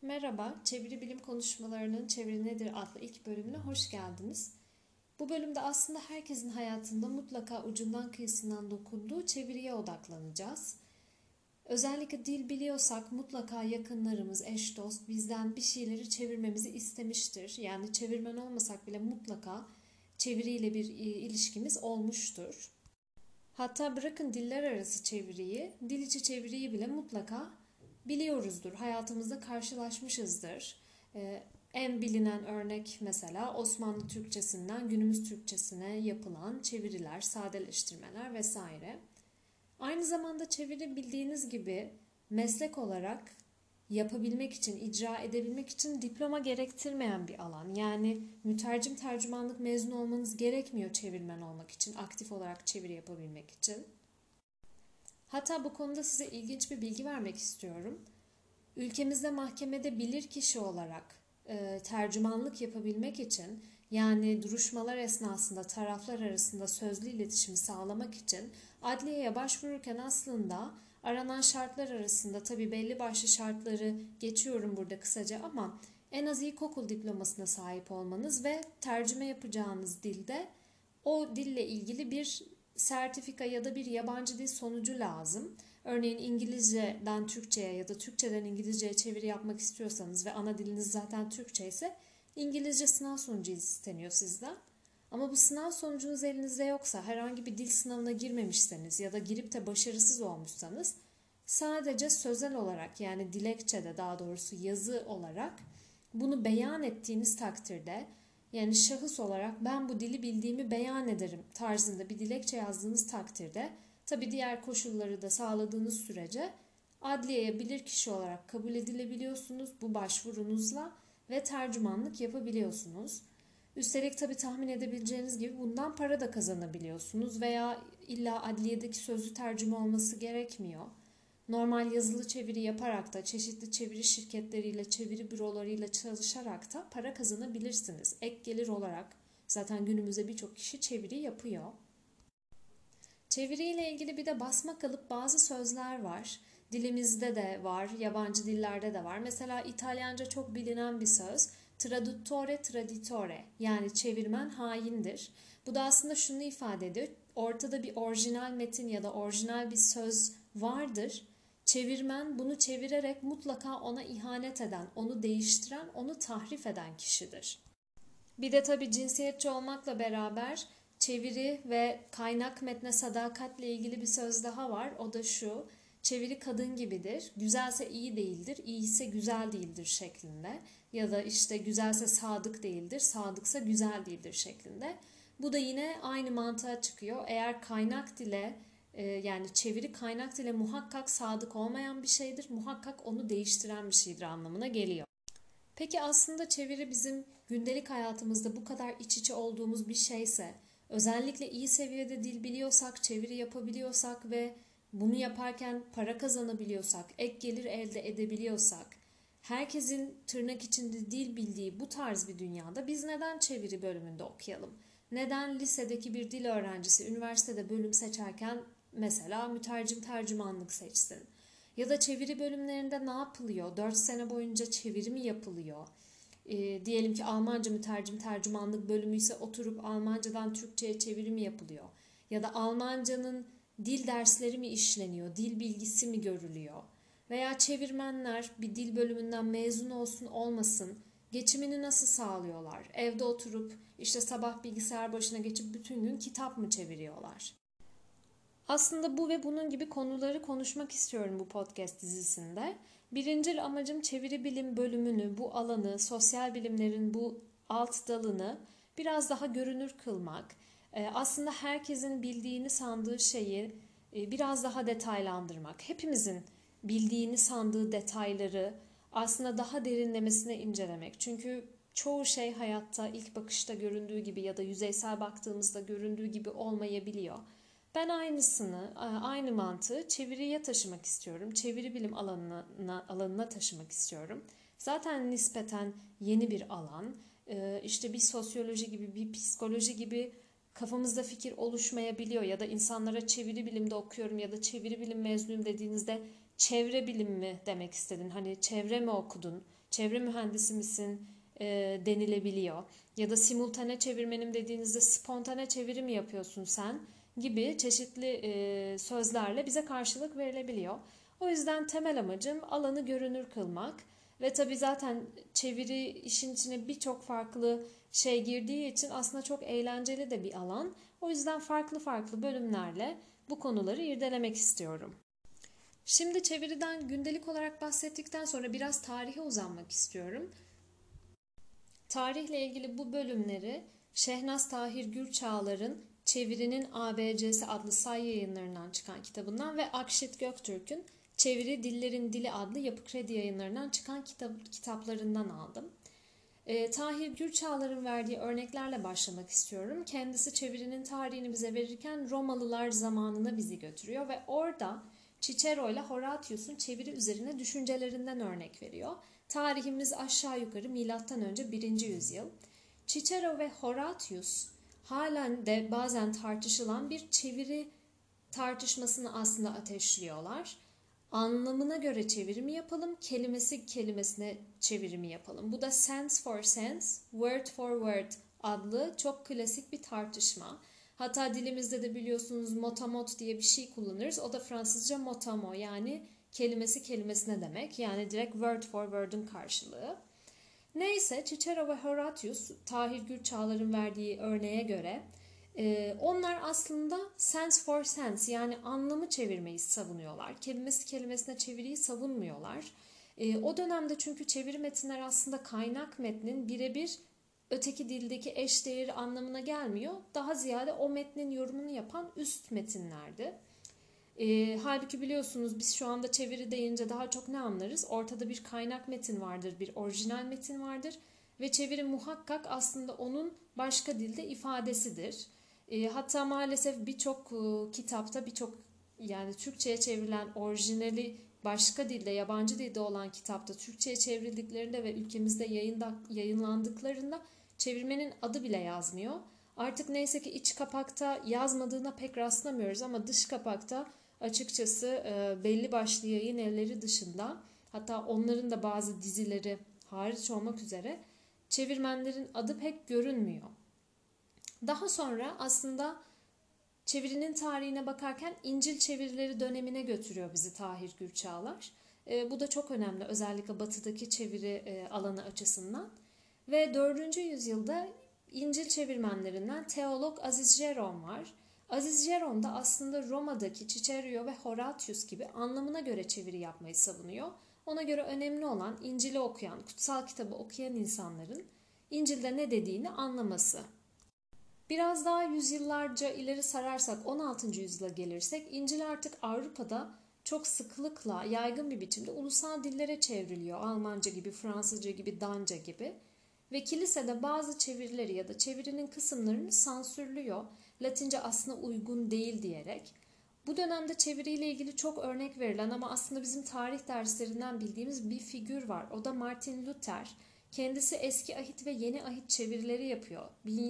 Merhaba, Çeviri Bilim Konuşmalarının Çeviri Nedir adlı ilk bölümüne hoş geldiniz. Bu bölümde aslında herkesin hayatında mutlaka ucundan kıyısından dokunduğu çeviriye odaklanacağız. Özellikle dil biliyorsak mutlaka yakınlarımız, eş dost bizden bir şeyleri çevirmemizi istemiştir. Yani çevirmen olmasak bile mutlaka çeviriyle bir ilişkimiz olmuştur. Hatta bırakın diller arası çeviriyi, dil içi çeviriyi bile mutlaka biliyoruzdur. Hayatımızda karşılaşmışızdır. En bilinen örnek mesela Osmanlı Türkçesinden günümüz Türkçesine yapılan çeviriler, sadeleştirmeler vesaire. Aynı zamanda çeviri bildiğiniz gibi meslek olarak yapabilmek için, icra edebilmek için diploma gerektirmeyen bir alan. Yani mütercim tercümanlık mezunu olmanız gerekmiyor çevirmen olmak için, aktif olarak çeviri yapabilmek için. Hatta bu konuda size ilginç bir bilgi vermek istiyorum. Ülkemizde mahkemede bilirkişi olarak tercümanlık yapabilmek için yani duruşmalar esnasında taraflar arasında sözlü iletişimi sağlamak için adliyeye başvururken aslında aranan şartlar arasında tabii belli başlı şartları geçiyorum burada kısaca ama en az ilkokul diplomasına sahip olmanız ve tercüme yapacağınız dilde o dille ilgili bir sertifika ya da bir yabancı dil sonucu lazım. Örneğin İngilizceden Türkçe'ye ya da Türkçeden İngilizce'ye çeviri yapmak istiyorsanız ve ana diliniz zaten Türkçe ise İngilizce sınav sonucu isteniyor sizden. Ama bu sınav sonucunuz elinizde yoksa, herhangi bir dil sınavına girmemişseniz ya da girip de başarısız olmuşsanız sadece sözel olarak yani dilekçede daha doğrusu yazı olarak bunu beyan ettiğiniz takdirde yani şahıs olarak ben bu dili bildiğimi beyan ederim tarzında bir dilekçe yazdığınız takdirde tabii diğer koşulları da sağladığınız sürece adliyeye bilirkişi olarak kabul edilebiliyorsunuz bu başvurunuzla ve tercümanlık yapabiliyorsunuz. Üstelik tabii tahmin edebileceğiniz gibi bundan para da kazanabiliyorsunuz veya illa adliyedeki sözlü tercüme olması gerekmiyor. Normal yazılı çeviri yaparak da çeşitli çeviri şirketleriyle, çeviri bürolarıyla çalışarak da para kazanabilirsiniz. Ek gelir olarak zaten günümüzde birçok kişi çeviri yapıyor. Çeviriyle ilgili bir de basma kalıp bazı sözler var. Dilimizde de var, yabancı dillerde de var. Mesela İtalyanca çok bilinen bir söz. Traduttore traditore yani çevirmen haindir. Bu da aslında şunu ifade ediyor. Ortada bir orijinal metin ya da orijinal bir söz vardır. Çevirmen bunu çevirerek mutlaka ona ihanet eden, onu değiştiren, onu tahrif eden kişidir. Bir de tabii cinsiyetçi olmakla beraber çeviri ve kaynak metne sadakatle ilgili bir söz daha var. O da şu: çeviri kadın gibidir. Güzelse iyi değildir, iyi ise güzel değildir şeklinde. Ya da işte güzelse sadık değildir, sadıksa güzel değildir şeklinde. Bu da yine aynı mantığa çıkıyor. Eğer kaynak dile yani çeviri kaynak dile muhakkak sadık olmayan bir şeydir. Muhakkak onu değiştiren bir şeydir anlamına geliyor. Peki aslında çeviri bizim gündelik hayatımızda bu kadar iç içe olduğumuz bir şeyse, özellikle iyi seviyede dil biliyorsak, çeviri yapabiliyorsak ve bunu yaparken para kazanabiliyorsak, ek gelir elde edebiliyorsak, herkesin tırnak içinde dil bildiği bu tarz bir dünyada biz neden çeviri bölümünde okuyalım? Neden lisedeki bir dil öğrencisi üniversitede bölüm seçerken mesela mütercim tercümanlık seçsin? Ya da çeviri bölümlerinde ne yapılıyor? 4 sene boyunca çeviri mi yapılıyor? Diyelim ki Almanca mütercim tercümanlık bölümü ise oturup Almancadan Türkçe'ye çeviri mi yapılıyor? Ya da Almancanın dil dersleri mi işleniyor? Dil bilgisi mi görülüyor? Veya çevirmenler bir dil bölümünden mezun olsun olmasın geçimini nasıl sağlıyorlar? Evde oturup işte sabah bilgisayar başına geçip bütün gün kitap mı çeviriyorlar? Aslında bu ve bunun gibi konuları konuşmak istiyorum bu podcast dizisinde. Birincil amacım çeviri bilim bölümünü, bu alanı, sosyal bilimlerin bu alt dalını biraz daha görünür kılmak. Aslında herkesin bildiğini sandığı şeyi biraz daha detaylandırmak. Hepimizin bildiğini sandığı detayları aslında daha derinlemesine incelemek. Çünkü çoğu şey hayatta ilk bakışta göründüğü gibi ya da yüzeysel baktığımızda göründüğü gibi olmayabiliyor. Ben aynısını, aynı mantığı çeviriye taşımak istiyorum. Çeviri bilim alanına taşımak istiyorum. Zaten nispeten yeni bir alan. İşte bir sosyoloji gibi, bir psikoloji gibi kafamızda fikir oluşmayabiliyor ya da insanlara çeviri bilimde okuyorum ya da çeviri bilim mezunuyum dediğinizde çevre bilim mi demek istedin? Hani çevre mi okudun? Çevre mühendisi misin? Denilebiliyor. Ya da simultane çevirmenim dediğinizde spontane çeviri mi yapıyorsun sen? Gibi çeşitli sözlerle bize karşılık verilebiliyor. O yüzden temel amacım alanı görünür kılmak ve tabii zaten çeviri işin içine birçok farklı şey girdiği için aslında çok eğlenceli de bir alan. O yüzden farklı farklı bölümlerle bu konuları irdelemek istiyorum. Şimdi çeviriden gündelik olarak bahsettikten sonra biraz tarihe uzanmak istiyorum. Tarihle ilgili bu bölümleri Şehnaz Tahir Gürçağlar'ın Çevirinin ABC'si adlı say yayınlarından çıkan kitabından ve Akşit Göktürk'ün Çeviri Dillerin Dili adlı Yapı Kredi yayınlarından çıkan kitaplarından aldım. Tahir Gürçağlar'ın verdiği örneklerle başlamak istiyorum. Kendisi çevirinin tarihini bize verirken Romalılar zamanına bizi götürüyor ve orada Cicero ile Horatius'un çeviri üzerine düşüncelerinden örnek veriyor. Tarihimiz aşağı yukarı M.Ö. 1. yüzyıl. Cicero ve Horatius halen de bazen tartışılan bir çeviri tartışmasını aslında ateşliyorlar. Anlamına göre çevirimi yapalım, kelimesi kelimesine çevirimi yapalım. Bu da sense for sense, word for word adlı çok klasik bir tartışma. Hatta dilimizde de biliyorsunuz motamot diye bir şey kullanırız. O da Fransızca motamo, yani kelimesi kelimesine demek. Yani direkt word for word'un karşılığı. Neyse, Cicero ve Horatius, Tahir Gürçağlar'ın verdiği örneğe göre onlar aslında sense for sense, yani anlamı çevirmeyi savunuyorlar. Kelimesi kelimesine çeviriyi savunmuyorlar. O dönemde çünkü çeviri metinler aslında kaynak metnin birebir öteki dildeki eşdeğeri anlamına gelmiyor. Daha ziyade o metnin yorumunu yapan üst metinlerdi. Halbuki biliyorsunuz biz şu anda çeviri deyince daha çok ne anlarız? Ortada bir kaynak metin vardır, bir orijinal metin vardır ve çeviri muhakkak aslında onun başka dilde ifadesidir. Hatta maalesef birçok kitapta, birçok yani Türkçe'ye çevrilen orijinali başka dilde, yabancı dilde olan kitapta Türkçe'ye çevrildiklerinde ve ülkemizde yayınlandıklarında çevirmenin adı bile yazmıyor. Artık neyse ki iç kapakta yazmadığına pek rastlamıyoruz ama dış kapakta açıkçası belli başlı yayın evleri dışında, hatta onların da bazı dizileri hariç olmak üzere çevirmenlerin adı pek görünmüyor. Daha sonra aslında çevirinin tarihine bakarken İncil çevirileri dönemine götürüyor bizi Tahir Gürçağlar. Bu da çok önemli, özellikle batıdaki çeviri alanı açısından. Ve 4. yüzyılda İncil çevirmenlerinden teolog Aziz Jeron var. Aziz Jeron da aslında Roma'daki Cicero ve Horatius gibi anlamına göre çeviri yapmayı savunuyor. Ona göre önemli olan İncil'i okuyan, kutsal kitabı okuyan insanların İncil'de ne dediğini anlaması. Biraz daha yüzyıllarca ileri sararsak 16. yüzyıla gelirsek İncil artık Avrupa'da çok sıklıkla yaygın bir biçimde ulusal dillere çevriliyor. Almanca gibi, Fransızca gibi, Danca gibi. Ve kilisede bazı çevirileri ya da çevirinin kısımlarını sansürlüyor. Latince aslında uygun değil diyerek. Bu dönemde çeviriyle ilgili çok örnek verilen ama aslında bizim tarih derslerinden bildiğimiz bir figür var. O da Martin Luther. Kendisi eski ahit ve yeni ahit çevirileri yapıyor.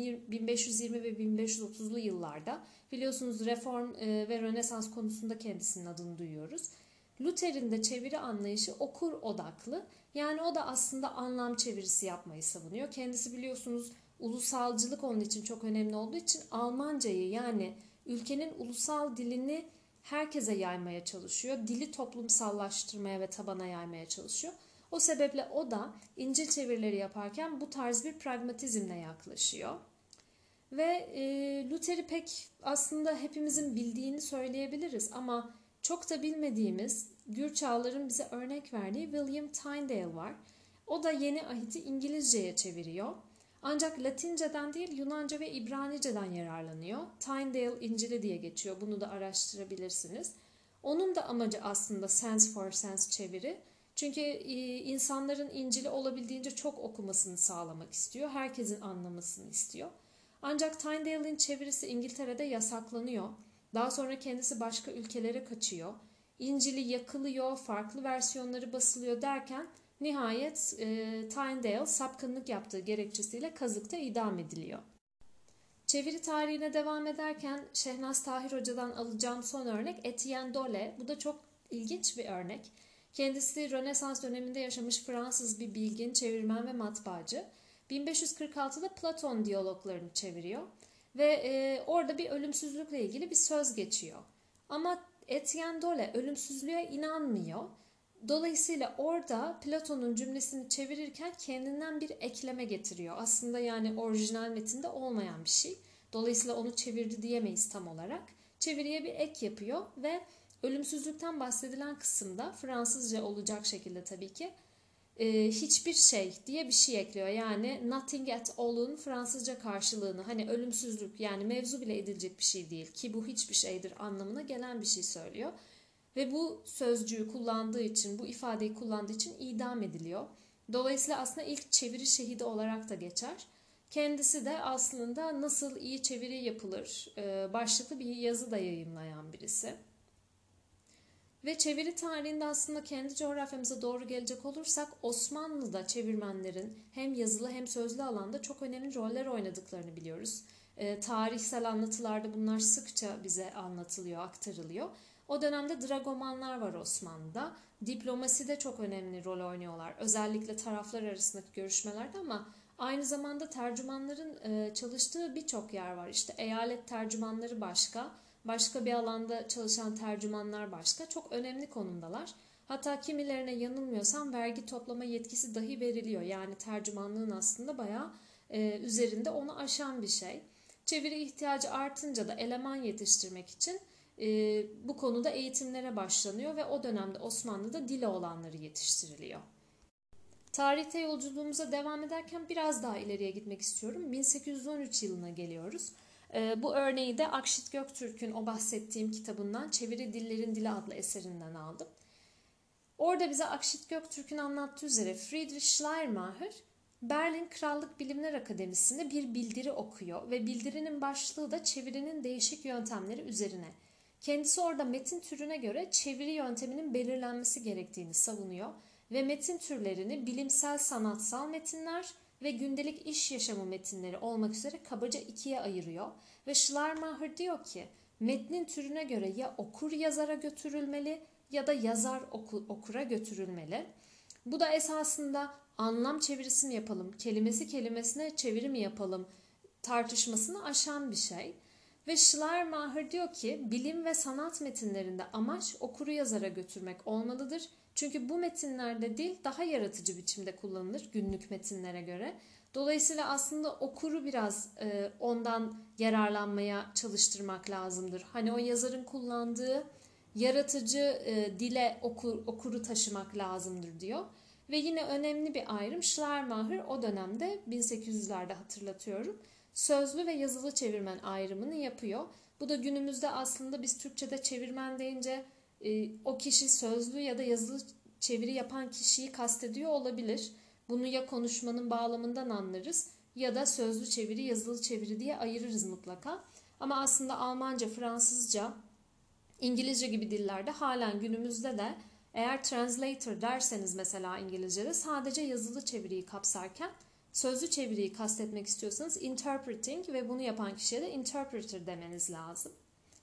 1520 ve 1530'lu yıllarda. Biliyorsunuz reform ve Rönesans konusunda kendisinin adını duyuyoruz. Luther'in de çeviri anlayışı okur odaklı. Yani o da aslında anlam çevirisi yapmayı savunuyor. Kendisi biliyorsunuz ulusalcılık onun için çok önemli olduğu için Almancayı, yani ülkenin ulusal dilini herkese yaymaya çalışıyor. Dili toplumsallaştırmaya ve tabana yaymaya çalışıyor. O sebeple o da İncil çevirileri yaparken bu tarz bir pragmatizmle yaklaşıyor. Ve Luther'i pek aslında hepimizin bildiğini söyleyebiliriz ama çok da bilmediğimiz, Gürçağlar'ın bize örnek verdiği William Tyndale var. O da yeni ahiti İngilizceye çeviriyor. Ancak Latinceden değil Yunanca ve İbranice'den yararlanıyor. Tyndale İncil'i diye geçiyor. Bunu da araştırabilirsiniz. Onun da amacı aslında sense for sense çeviri. Çünkü insanların İncil'i olabildiğince çok okumasını sağlamak istiyor. Herkesin anlamasını istiyor. Ancak Tyndale'in çevirisi İngiltere'de yasaklanıyor. Daha sonra kendisi başka ülkelere kaçıyor. İncil'i yakılıyor, farklı versiyonları basılıyor derken nihayet Tyndale sapkınlık yaptığı gerekçesiyle kazıkta idam ediliyor. Çeviri tarihine devam ederken Şehnaz Tahir Hoca'dan alacağım son örnek Etienne Dole. Bu da çok İlginç bir örnek. Kendisi Rönesans döneminde yaşamış Fransız bir bilgin, çevirmen ve matbaacı. 1546'da Platon diyaloglarını çeviriyor ve orada bir ölümsüzlükle ilgili bir söz geçiyor. Ama Etienne Dole ölümsüzlüğe inanmıyor. Dolayısıyla orada Platon'un cümlesini çevirirken kendinden bir ekleme getiriyor. Aslında yani orijinal metinde olmayan bir şey. Dolayısıyla onu çevirdi diyemeyiz tam olarak. Çeviriye bir ek yapıyor ve ölümsüzlükten bahsedilen kısımda Fransızca olacak şekilde tabii ki hiçbir şey diye bir şey ekliyor. Yani nothing at all'un Fransızca karşılığını, hani ölümsüzlük, yani mevzu bile edilecek bir şey değil ki bu hiçbir şeydir anlamına gelen bir şey söylüyor. Ve bu sözcüğü kullandığı için, bu ifadeyi kullandığı için idam ediliyor. Dolayısıyla aslında ilk çeviri şehidi olarak da geçer. Kendisi de aslında nasıl iyi çeviri yapılır başlıklı bir yazı da yayımlayan birisi. Ve çeviri tarihinde aslında kendi coğrafyamıza doğru gelecek olursak Osmanlı'da çevirmenlerin hem yazılı hem sözlü alanda çok önemli roller oynadıklarını biliyoruz. Tarihsel anlatılarda bunlar sıkça bize anlatılıyor, aktarılıyor. O dönemde dragomanlar var Osmanlı'da. Diplomaside çok önemli rol oynuyorlar. Özellikle taraflar arasındaki görüşmelerde, ama aynı zamanda tercümanların çalıştığı birçok yer var. İşte eyalet tercümanları başka bir alanda çalışan tercümanlar başka. Çok önemli konumdalar. Hatta kimilerine yanılmıyorsam vergi toplama yetkisi dahi veriliyor. Yani tercümanlığın aslında bayağı üzerinde onu aşan bir şey. Çeviri ihtiyacı artınca da eleman yetiştirmek için bu konuda eğitimlere başlanıyor ve o dönemde Osmanlı'da dili olanları yetiştiriliyor. Tarihte yolculuğumuza devam ederken biraz daha ileriye gitmek istiyorum. 1813 yılına geliyoruz. Bu örneği de Akşit Göktürk'ün o bahsettiğim kitabından Çeviri Dillerin Dili adlı eserinden aldım. Orada bize Akşit Göktürk'ün anlattığı üzere Friedrich Schleiermacher Berlin Krallık Bilimler Akademisi'nde bir bildiri okuyor ve bildirinin başlığı da çevirinin değişik yöntemleri üzerine. Kendisi orada metin türüne göre çeviri yönteminin belirlenmesi gerektiğini savunuyor ve metin türlerini bilimsel sanatsal metinler ve gündelik iş yaşamı metinleri olmak üzere kabaca ikiye ayırıyor. Ve Schleiermacher diyor ki metnin türüne göre ya okur yazara götürülmeli ya da yazar okura götürülmeli. Bu da esasında anlam çevirisi mi yapalım, kelimesi kelimesine çeviri mi yapalım tartışmasını aşan bir şey. Ve Schleiermacher diyor ki bilim ve sanat metinlerinde amaç okuru yazara götürmek olmalıdır. Çünkü bu metinlerde dil daha yaratıcı biçimde kullanılır günlük metinlere göre. Dolayısıyla aslında okuru biraz ondan yararlanmaya çalıştırmak lazımdır. Hani o yazarın kullandığı yaratıcı dile okuru taşımak lazımdır diyor. Ve yine önemli bir ayrım, Schleiermacher o dönemde 1800'lerde hatırlatıyorum, sözlü ve yazılı çevirmen ayrımını yapıyor. Bu da günümüzde aslında biz Türkçe'de çevirmen deyince o kişi sözlü ya da yazılı çeviri yapan kişiyi kastediyor olabilir. Bunu ya konuşmanın bağlamından anlarız ya da sözlü çeviri, yazılı çeviri diye ayırırız mutlaka. Ama aslında Almanca, Fransızca, İngilizce gibi dillerde halen günümüzde de eğer translator derseniz mesela İngilizce'de sadece yazılı çeviriyi kapsarken sözlü çeviriyi kastetmek istiyorsanız interpreting ve bunu yapan kişiye de interpreter demeniz lazım.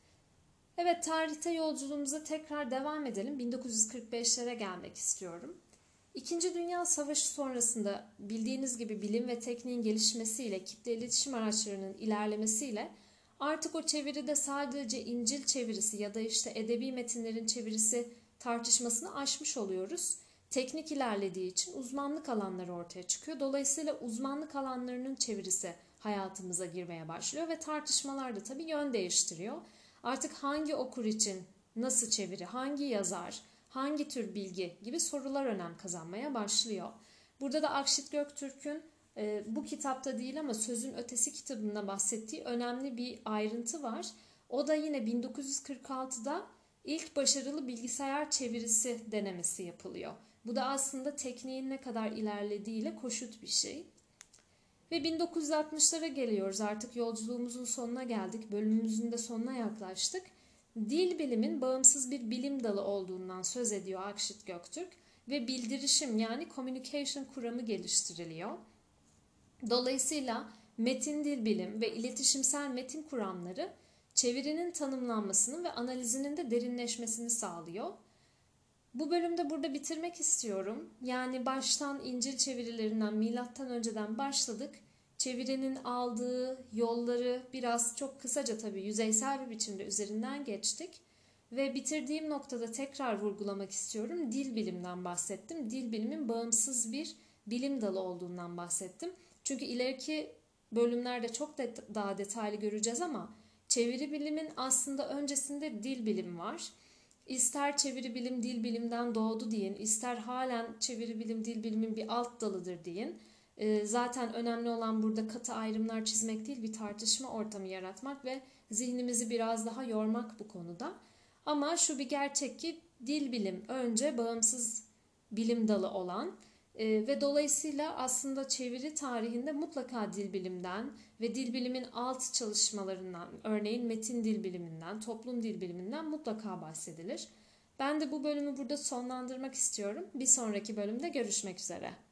Evet, tarihte yolculuğumuza tekrar devam edelim. 1945'lere gelmek istiyorum. İkinci Dünya Savaşı sonrasında bildiğiniz gibi bilim ve tekniğin gelişmesiyle, kitle iletişim araçlarının ilerlemesiyle artık o çeviride sadece İncil çevirisi ya da işte edebi metinlerin çevirisi tartışmasını aşmış oluyoruz. Teknik ilerlediği için uzmanlık alanları ortaya çıkıyor. Dolayısıyla uzmanlık alanlarının çevirisi hayatımıza girmeye başlıyor ve tartışmalar da tabii yön değiştiriyor. Artık hangi okur için nasıl çeviri, hangi yazar, hangi tür bilgi gibi sorular önem kazanmaya başlıyor. Burada da Akşit Göktürk'ün bu kitapta değil ama Sözün Ötesi kitabında bahsettiği önemli bir ayrıntı var. O da yine 1946'da ilk başarılı bilgisayar çevirisi denemesi yapılıyor. Bu da aslında tekniğin ne kadar ilerlediğiyle koşut bir şey. Ve 1960'lara geliyoruz, artık yolculuğumuzun sonuna geldik, bölümümüzün de sonuna yaklaştık. Dil bilimin bağımsız bir bilim dalı olduğundan söz ediyor Akşit Göktürk ve bildirişim yani communication kuramı geliştiriliyor. Dolayısıyla metin dil bilim ve iletişimsel metin kuramları çevirinin tanımlanmasını ve analizinin de derinleşmesini sağlıyor. Bu bölümde burada bitirmek istiyorum. Yani baştan İncil çevirilerinden milattan önceden başladık. Çevirinin aldığı yolları biraz çok kısaca tabii yüzeysel bir biçimde üzerinden geçtik. Ve bitirdiğim noktada tekrar vurgulamak istiyorum. Dil bilimden bahsettim. Dil bilimin bağımsız bir bilim dalı olduğundan bahsettim. Çünkü ileriki bölümlerde çok daha detaylı göreceğiz ama çeviri bilimin aslında öncesinde dil bilim var. İster çeviri bilim dil bilimden doğdu deyin, ister halen çeviri bilim dil bilimin bir alt dalıdır deyin. Zaten önemli olan burada katı ayrımlar çizmek değil, bir tartışma ortamı yaratmak ve zihnimizi biraz daha yormak bu konuda. Ama şu bir gerçek ki dil bilim önce bağımsız bilim dalı olan ve dolayısıyla aslında çeviri tarihinde mutlaka dil bilimden ve dil bilimin alt çalışmalarından, örneğin metin dil biliminden, toplum dil biliminden mutlaka bahsedilir. Ben de bu bölümü burada sonlandırmak istiyorum. Bir sonraki bölümde görüşmek üzere.